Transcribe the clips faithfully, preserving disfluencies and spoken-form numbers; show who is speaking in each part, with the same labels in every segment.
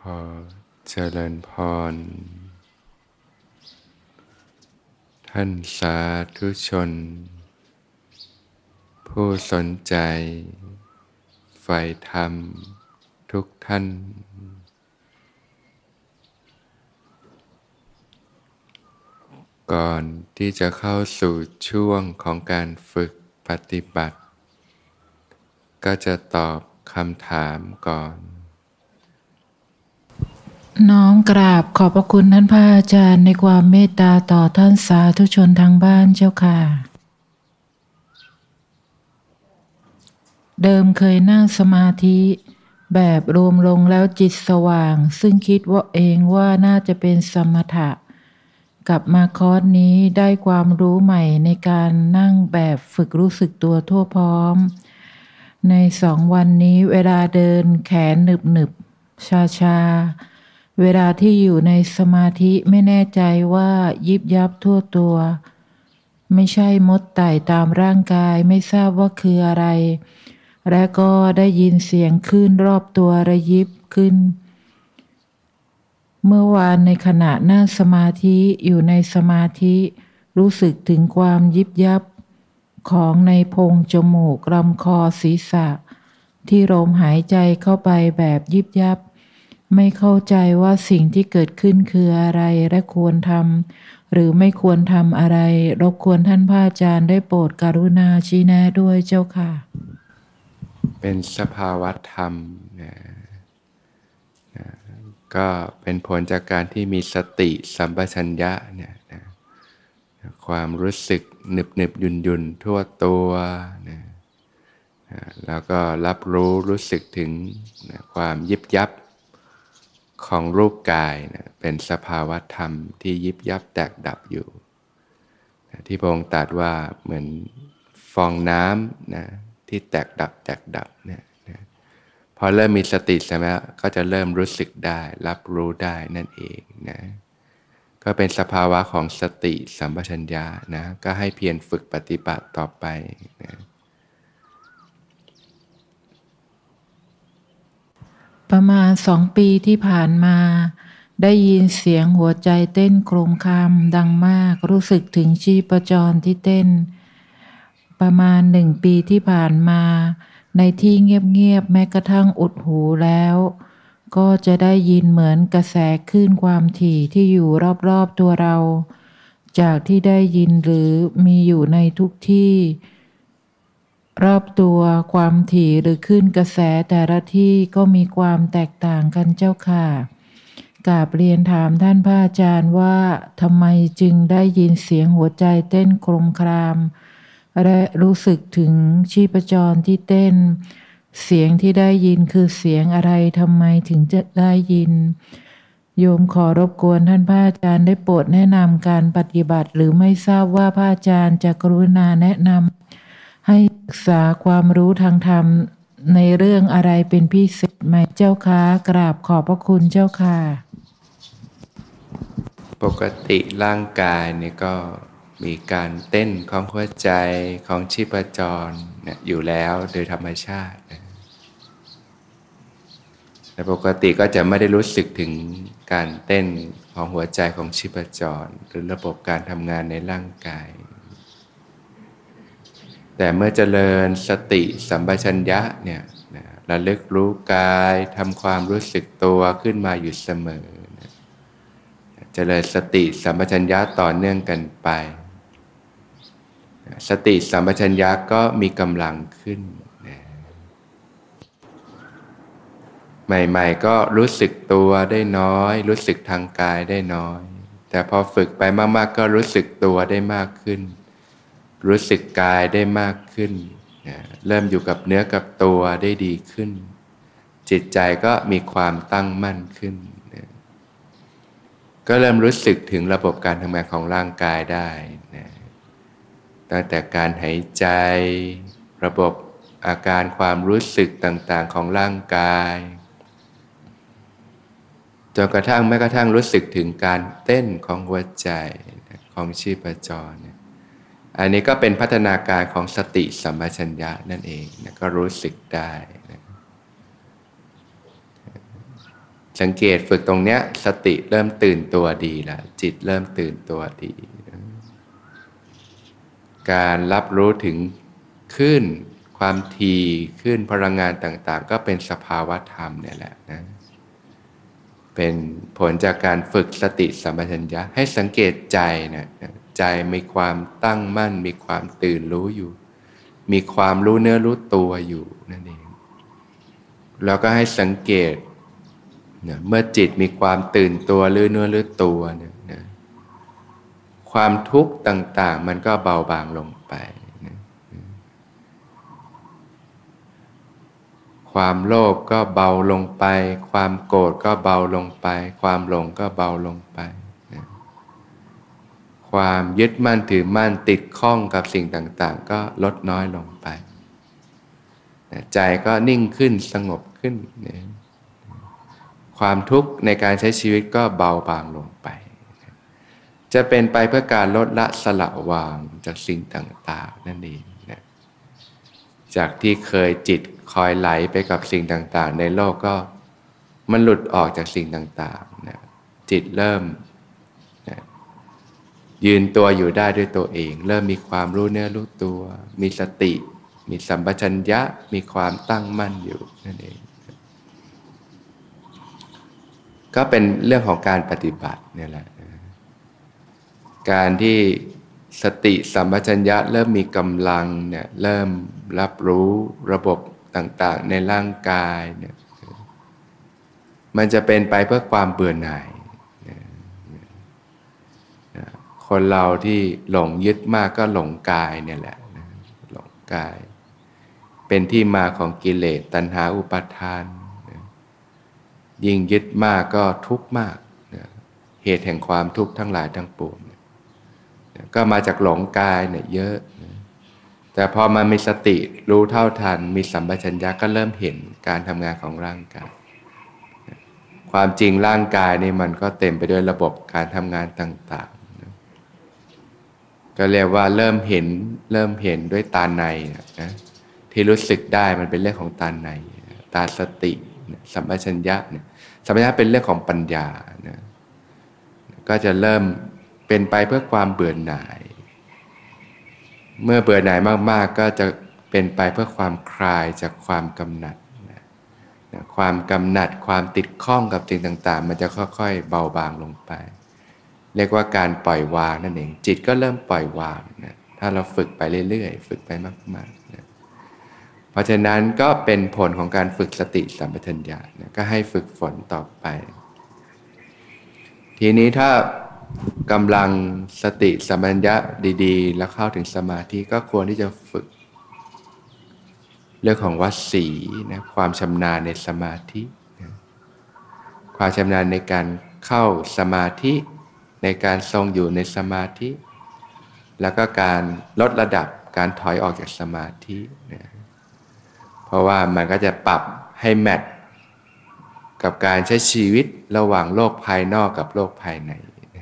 Speaker 1: อเจริญพรท่านสาธุชนผู้สนใจใฝ่ธรรมทุกท่านก่อนที่จะเข้าสู่ช่วงของการฝึกปฏิบัติก็จะตอบคำถามก่อน
Speaker 2: น้อมกราบขอบพระคุณท่านพระอาจารย์ในความเมตตาต่อท่านสาธุชนทางบ้านเจ้าค่ะเดิมเคยนั่งสมาธิแบบรวมลงแล้วจิตสว่างซึ่งคิดว่าเองว่าน่าจะเป็นสมถะกลับมาคอร์สนี้ได้ความรู้ใหม่ในการนั่งแบบฝึกรู้สึกตัวทั่วพร้อมในสองวันนี้เวลาเดินแขนหนึบหนึบชาชาเวลาที่อยู่ในสมาธิไม่แน่ใจว่ายิบยับทั่วตัวไม่ใช่มดไต่ตามร่างกายไม่ทราบว่าคืออะไรและก็ได้ยินเสียงคลื่นรอบตัวระยิบขึ้นเมื่อวานในขณะนั่งสมาธิอยู่ในสมาธิรู้สึกถึงความยิบยับของในโพรงจมูกลำคอศีรษะที่ลมหายใจเข้าไปแบบยิบยับไม่เข้าใจว่าสิ่งที่เกิดขึ้นคืออะไรและควรทำหรือไม่ควรทำอะไรรบกวนท่านพระอาจารย์ได้โปรดกรุณาชี้แนะด้วยเจ้าค่ะ
Speaker 1: เป็นสภาวะธรรมนะนะก็เป็นผลจากการที่มีสติสัมปชัญญะเนี่ยนะความรู้สึกหนึบหนึบยุนยุนทั่วตัวนะนะแล้วก็รับรู้รู้สึกถึงนะความยิบยับของรูปกายนะเป็นสภาวะธรรมที่ยิบยับแตกดับอยู่นะที่พระองค์ตรัสว่าเหมือนฟองน้ำนะที่แตกดับแตกดับเนี่ยนะพอเริ่มมีสติใช่ไหมก็จะเริ่มรู้สึกได้รับรู้ได้นั่นเองนะก็เป็นสภาวะของสติสัมปชัญญะนะก็ให้เพียรฝึกปฏิบัติต่อไปนะ
Speaker 2: ประมาณสองปีที่ผ่านมาได้ยินเสียงหัวใจเต้นโครมครามดังมากรู้สึกถึงชีพจรที่เต้นประมาณหนึ่งปีที่ผ่านมาในที่เงียบๆแม้กระทั่งอุดหูแล้วก็จะได้ยินเหมือนกระแสคลื่นความถี่ที่อยู่รอบๆตัวเราจากที่ได้ยินหรือมีอยู่ในทุกที่รอบตัวความถี่หรือคลื่นกระแสแต่ละที่ก็มีความแตกต่างกันเจ้าค่ะกราบเรียนถามท่านพระอาจารย์ว่าทำไมจึงได้ยินเสียงหัวใจเต้นโครมครามและรู้สึกถึงชีพจรที่เต้นเสียงที่ได้ยินคือเสียงอะไรทำไมถึงจะได้ยินโยมขอรบกวนท่านพระอาจารย์ได้โปรดแนะนำการปฏิบัติหรือไม่ทราบว่าพระอาจารย์จะกรุณาแนะนำให้ศึกษาความรู้ทางธรรมในเรื่องอะไรเป็นพิเศษไหมเจ้าคะกราบขอบพระคุณเจ้าค่ะ
Speaker 1: ปกติร่างกายเนี่ยก็มีการเต้นของหัวใจของชีพจรเนี่ยอยู่แล้วโดยธรรมชาตินะแต่ปกติก็จะไม่ได้รู้สึกถึงการเต้นของหัวใจของชีพจรหรือระบบการทำงานในร่างกายแต่เมื่อเจริญสติสัมปชัญญะเนี่ยนะระลึกรู้กายทำความรู้สึกตัวขึ้นมาอยู่เสมอนะเจริญสติสัมปชัญญะต่อเนื่องกันไปสติสัมปชัญญะก็มีกำลังขึ้นนะใหม่ๆก็รู้สึกตัวได้น้อยรู้สึกทางกายได้น้อยแต่พอฝึกไปมากๆก็รู้สึกตัวได้มากขึ้นรู้สึกกายได้มากขึ้นนะเริ่มอยู่กับเนื้อกับตัวได้ดีขึ้นจิตใจก็มีความตั้งมั่นขึ้นนะก็เริ่มรู้สึกถึงระบบการทำงานของร่างกายได้นะตั้งแต่การหายใจระบบอาการความรู้สึกต่างๆของร่างกายจนกระทั่งแม้กระทั่งรู้สึกถึงการเต้นของหัวใจของชีพจรอันนี้ก็เป็นพัฒนาการของสติสัมปชัญญะนั่นเองนะก็รู้สึกได้นะสังเกตฝึกตรงเนี้ยสติเริ่มตื่นตัวดีแล้วจิตเริ่มตื่นตัวดีการรับรู้ถึงคลื่นความถี่คลื่นพลังงานต่างๆก็เป็นสภาวะธรรมเนี่ยแหละนะเป็นผลจากการฝึกสติสัมปชัญญะให้สังเกตใจนะใจมีความตั้งมั่นมีความตื่นรู้อยู่มีความรู้เนื้อรู้ตัวอยู่นั่นเองแล้วก็ให้สังเกตนะเมื่อจิตมีความตื่นตัวรู้เนื้อรู้ตัวเนี่ยนะความทุกข์ต่างๆมันก็เบาบางลงไปนะความโลภก็เบาลงไปความโกรธก็เบาลงไปความหลงก็เบาลงไปนะความยึดมั่นถือมั่นติดข้องกับสิ่งต่างๆก็ลดน้อยลงไปนะใจก็นิ่งขึ้นสงบขึ้นนะความทุกข์ในการใช้ชีวิตก็เบาบางลงไปนะจะเป็นไปเพื่อการลดละสละวางจากสิ่งต่างๆนั่นเองนะจากที่เคยจิตคอยไหลไปกับสิ่งต่างๆในโลกก็มันหลุดออกจากสิ่งต่างๆนะจิตเริ่มนะยืนตัวอยู่ได้ด้วยตัวเองเริ่มมีความรู้เนื้อรู้ตัวมีสติมีสัมปชัญญะมีความตั้งมั่นอยู่นั่นเองก็เป็นเรื่องของการปฏิบัติเนี่ยแหละการที่สติสัมปชัญญะเริ่มมีกำลังเนี่ยเริ่มรับรู้ระบบต่างๆในร่างกายเนี่ยมันจะเป็นไปเพื่อความเบื่อหน่ายคนเราที่หลงยึดมากก็หลงกายเนี่ยแหละหลงกายเป็นที่มาของกิเลสตัณหาอุปาทานยิ่งยึดมากก็ทุกข์มากเหตุแห่งความทุกข์ทั้งหลายทั้งปวงก็มาจากหลงกายเนี่ยเยอะแต่พอมันมีสติรู้เท่าทันมีสัมปชัญญะก็เริ่มเห็นการทำงานของร่างกายความจริงร่างกายนี่มันก็เต็มไปด้วยระบบการทำงานต่างๆก็เรียกว่าเริ่มเห็นเริ่มเห็นด้วยตาในนะที่รู้สึกได้มันเป็นเรื่องของตาในตาสติสัมปชัญญะเนี่ยสัมปชัญญะเป็นเรื่องของปัญญานะก็จะเริ่มเป็นไปเพื่อความเบื่อหน่ายเมื่อเบื่อหน่ายมากๆก็จะเป็นไปเพื่อความคลายจากความกำหนัดนะความกำหนัดความติดข้องกับสิ่งต่างๆมันจะค่อยๆเบาบางลงไปเรียกว่าการปล่อยวางนั่นเองจิตก็เริ่มปล่อยวางนะถ้าเราฝึกไปเรื่อยๆฝึกไปมากๆนะเพราะฉะนั้นก็เป็นผลของการฝึกสติสัมปชัญญะนะก็ให้ฝึกฝนต่อไปทีนี้ถ้ากำลังสติสัมปชัญญะดีๆแล้วเข้าถึงสมาธิก็ควรที่จะฝึกเรื่องของวสีนะความชำนาญในสมาธินะความชำนาญในการเข้าสมาธิในการทรงอยู่ในสมาธิแล้วก็การลดระดับการถอยออกจากสมาธินะเพราะว่ามันก็จะปรับให้แมทกับการใช้ชีวิตระหว่างโลกภายนอกกับโลกภายใน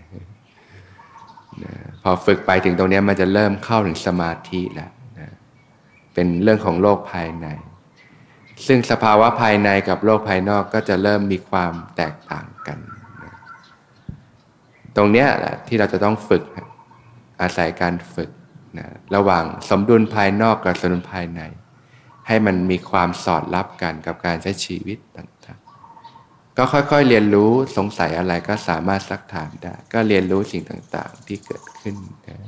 Speaker 1: นะพอฝึกไปถึงตรงนี้มันจะเริ่มเข้าถึงสมาธิแล้วนะเป็นเรื่องของโลกภายในซึ่งสภาวะภายในกับโลกภายนอกก็จะเริ่มมีความแตกต่างกันนะตรงนี้แหละที่เราจะต้องฝึกอาศัยการฝึกนะระหว่างสมดุลภายนอกกับสมดุลภายในให้มันมีความสอดรับกันกับการใช้ชีวิตต่างๆก็ค่อยๆเรียนรู้สงสัยอะไรก็สามารถซักถามได้ก็เรียนรู้สิ่งต่างๆที่เกิดขึ้นนะ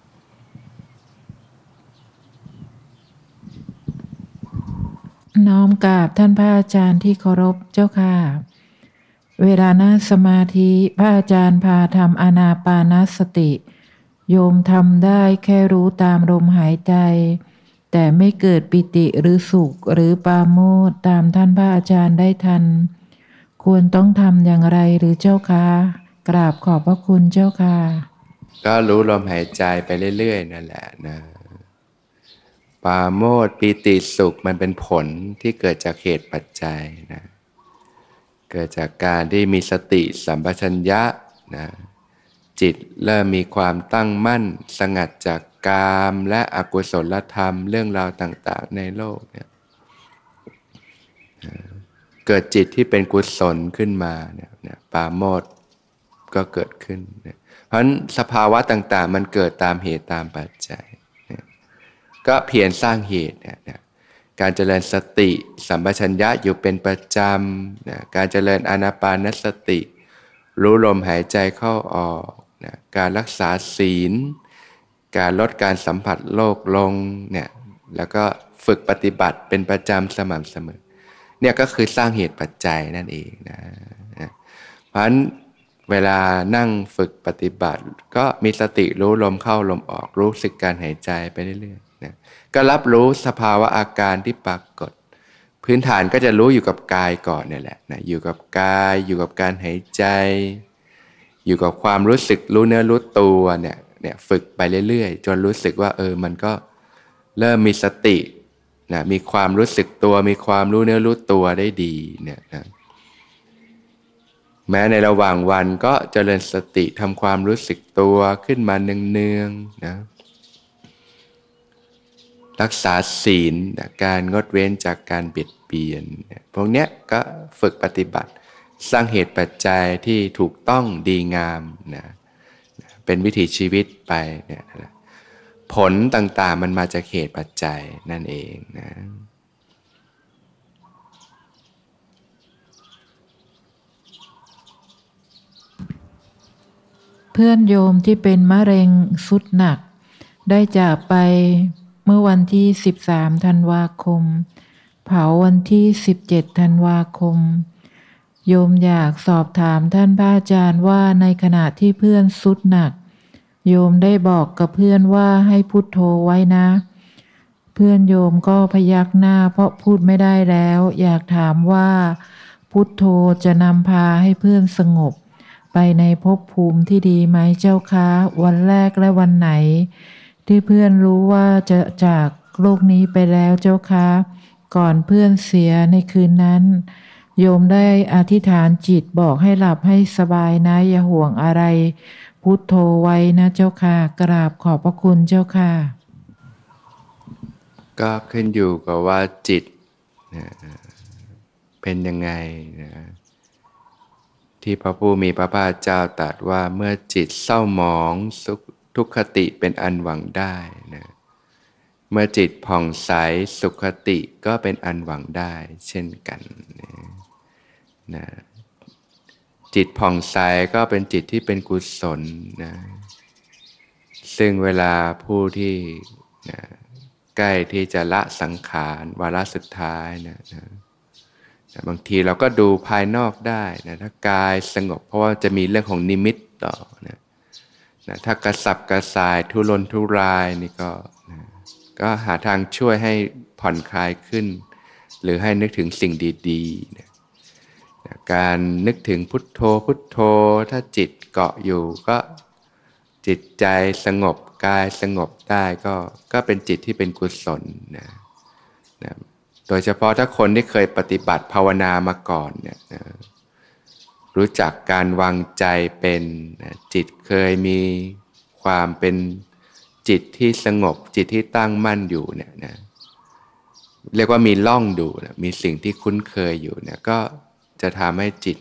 Speaker 2: น้อมกราบท่านพระอาจารย์ที่เคารพเจ้าค่ะเวลานั่งสมาธิพระอาจารย์พาทำอานาปานสติโยมทำได้แค่รู้ตามลมหายใจแต่ไม่เกิดปิติหรือสุขหรือปราโมทย์ตามท่านพระอาจารย์ได้ทันควรต้องทำอย่างไรหรือเจ้าคะกราบขอบพระคุณเจ้าค่ะ
Speaker 1: ก็รู้ลมหายใจไปเรื่อยๆนั่นแหละนะปราโมทย์ปิติสุขมันเป็นผลที่เกิดจากเหตุปัจจัยนะเกิดจากการที่มีสติสัมปชัญญะนะจิตเริ่มมีความตั้งมั่นสงัดจากกามและอกุศลธรรมเรื่องราวต่างๆในโลกเนี่ยเกิดจิตที่เป็นกุศลขึ้นมาเนี่ยเนี่ยปราโมทย์ก็เกิดขึ้นเนี่ยเพราะฉะนั้นสภาวะต่างๆมันเกิดตามเหตุตามปัจจัยเนี่ยก็เพียรสร้างเหตุเนี่ยเนี่ยการเจริญสติสัมปชัญญะอยู่เป็นประจำเนี่ยการเจริญอานาปานสติรู้ลมหายใจเข้าออกเนี่ยการรักษาศีลการลดการสัมผัสโลกลงเนี่ยแล้วก็ฝึกปฏิบัติเป็นประจำสม่ำเสมอเนี่ยก็คือสร้างเหตุปัจจัยนั่นเองนะเพราะฉะนั้นเวลานั่งฝึกปฏิบัติก็มีสติรู้ลมเข้าลมออกรู้สึกการหายใจไปเรื่อยๆนะก็รับรู้สภาวะอาการที่ปรากฏพื้นฐานก็จะรู้อยู่กับกายก่อนเนี่ยแหละนะอยู่กับกายอยู่กับการหายใจอยู่กับความรู้สึกรู้เนื้อรู้ตัวเนี่ยเนี่ยฝึกไปเรื่อยๆจนรู้สึกว่าเออมันก็เริ่มมีสตินะมีความรู้สึกตัวมีความรู้เนื้อรู้ตัวได้ดีเนี่ยนะแม้ในระหว่างวันก็เจริญสติทำความรู้สึกตัวขึ้นมาเนืองๆนะรักษาศีลนะการงดเว้นจากการเบียดเบียนพวกเนี้ยก็ฝึกปฏิบัติสร้างเหตุปัจจัยที่ถูกต้องดีงามนะเป็นวิถีชีวิตไปเนี่ยผลต่างๆมันมาจากเหตุปัจจัยนั่นเองนะ
Speaker 2: เพื่อนโยมที่เป็นมะเร็งสุดหนักได้จากไปเมื่อวันที่สิบสามธันวาคมเผาวันที่สิบเจ็ดธันวาคมโยมอยากสอบถามท่านพระอาจารย์ว่าในขณะที่เพื่อนสุดหนักโยมได้บอกกับเพื่อนว่าให้พุทโธไว้นะเพื่อนโยมก็พยักหน้าเพราะพูดไม่ได้แล้วอยากถามว่าพุทโธจะนำพาให้เพื่อนสงบไปในภพภูมิที่ดีไหมเจ้าคะวันแรกและวันไหนที่เพื่อนรู้ว่าจะจากโลกนี้ไปแล้วเจ้าคะก่อนเพื่อนเสียในคืนนั้นโยมได้อธิษฐานจิตบอกให้หลับให้สบายนะอย่าห่วงอะไรพุทโธไว้นะเจ้าค่ะกราบขอบพระคุณเจ้าค่ะ
Speaker 1: ก็ขึ้นอยู่กับว่าจิตนะเป็นยังไงนะที่พระผู้มีพระภาคเจ้าตรัสว่าเมื่อจิตเศร้าหมองทุกขติเป็นอันหวังได้นะเมื่อจิตผ่องใสสุขติก็เป็นอันหวังได้เช่นกันนะนะจิตผ่องใสก็เป็นจิตที่เป็นกุศลนะซึ่งเวลาผู้ที่นะใกล้ที่จะละสังขารวาระสุดท้ายนะนะบางทีเราก็ดูภายนอกได้นะถ้ากายสงบเพราะว่าจะมีเรื่องของนิมิตต่อนะนะถ้ากระสับกระส่ายทุรนทุรายนี่ก็นะก็หาทางช่วยให้ผ่อนคลายขึ้นหรือให้นึกถึงสิ่งดีๆนะนะการนึกถึงพุทโธพุทโธถ้าจิตเกาะอยู่ก็จิตใจสงบกายสงบได้ก็ก็เป็นจิตที่เป็นกุศลนะนะโดยเฉพาะถ้าคนที่เคยปฏิบัติภาวนามาก่อนเนี่ยนะรู้จักการวางใจเป็นนะจิตเคยมีความเป็นจิตที่สงบจิตที่ตั้งมั่นอยู่เนี่ยนะเรียกว่ามีล่องดูนะมีสิ่งที่คุ้นเคยอยู่เนี่ยก็จะทำให้จิต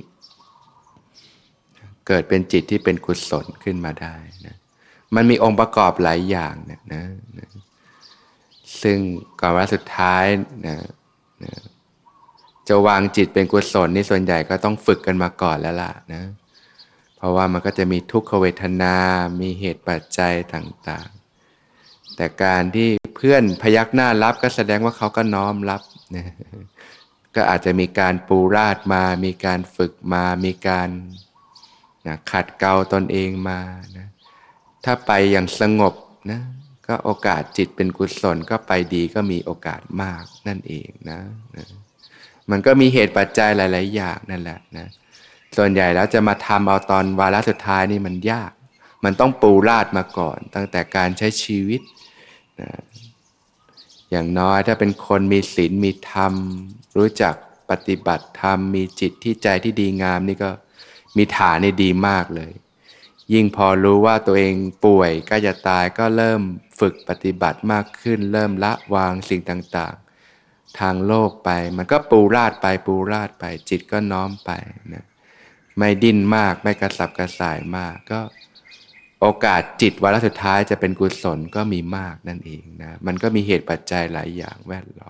Speaker 1: เกิดเป็นจิตที่เป็นกุศลขึ้นมาได้นะมันมีองค์ประกอบหลายอย่างเนี่ยนะนะซึ่งก่อนว่าสุดท้ายนะนะจะวางจิตเป็นกุศลนี่ส่วนใหญ่ก็ต้องฝึกกันมาก่อนแล้วล่ะนะเพราะว่ามันก็จะมีทุกขเวทนามีเหตุปัจจัยต่างๆแต่การที่เพื่อนพยักหน้ารับก็แสดงว่าเขาก็น้อมรับนะก็อาจจะมีการปูราดมามีการฝึกมามีการนะขัดเกลาตนเองมานะถ้าไปอย่างสงบนะก็โอกาสจิตเป็นกุศลก็ไปดีก็มีโอกาสมากนั่นเองนะนะมันก็มีเหตุปัจจัยหลายๆอย่างนั่นแหละนะส่วนใหญ่แล้วจะมาทำเอาตอนวาระสุดท้ายนี่มันยากมันต้องปูราดมาก่อนตั้งแต่การใช้ชีวิตนะอย่างน้อยถ้าเป็นคนมีศีลมีธรรมรู้จักปฏิบัติธรรมมีจิตที่ใจที่ดีงามนี่ก็มีฐานนี่ดีมากเลยยิ่งพอรู้ว่าตัวเองป่วยใกล้จะตายก็เริ่มฝึกปฏิบัติมากขึ้นเริ่มละวางสิ่งต่างทางโลกไปมันก็ปูราดไปปูราดไปจิตก็น้อมไปนะไม่ดิ้นมากไม่กระสับกระส่ายมากก็โอกาสจิตวาระสุดท้ายจะเป็นกุศลก็มีมากนั่นเองนะมันก็มีเหตุปัจจัยหลายอย่างแวดล้อม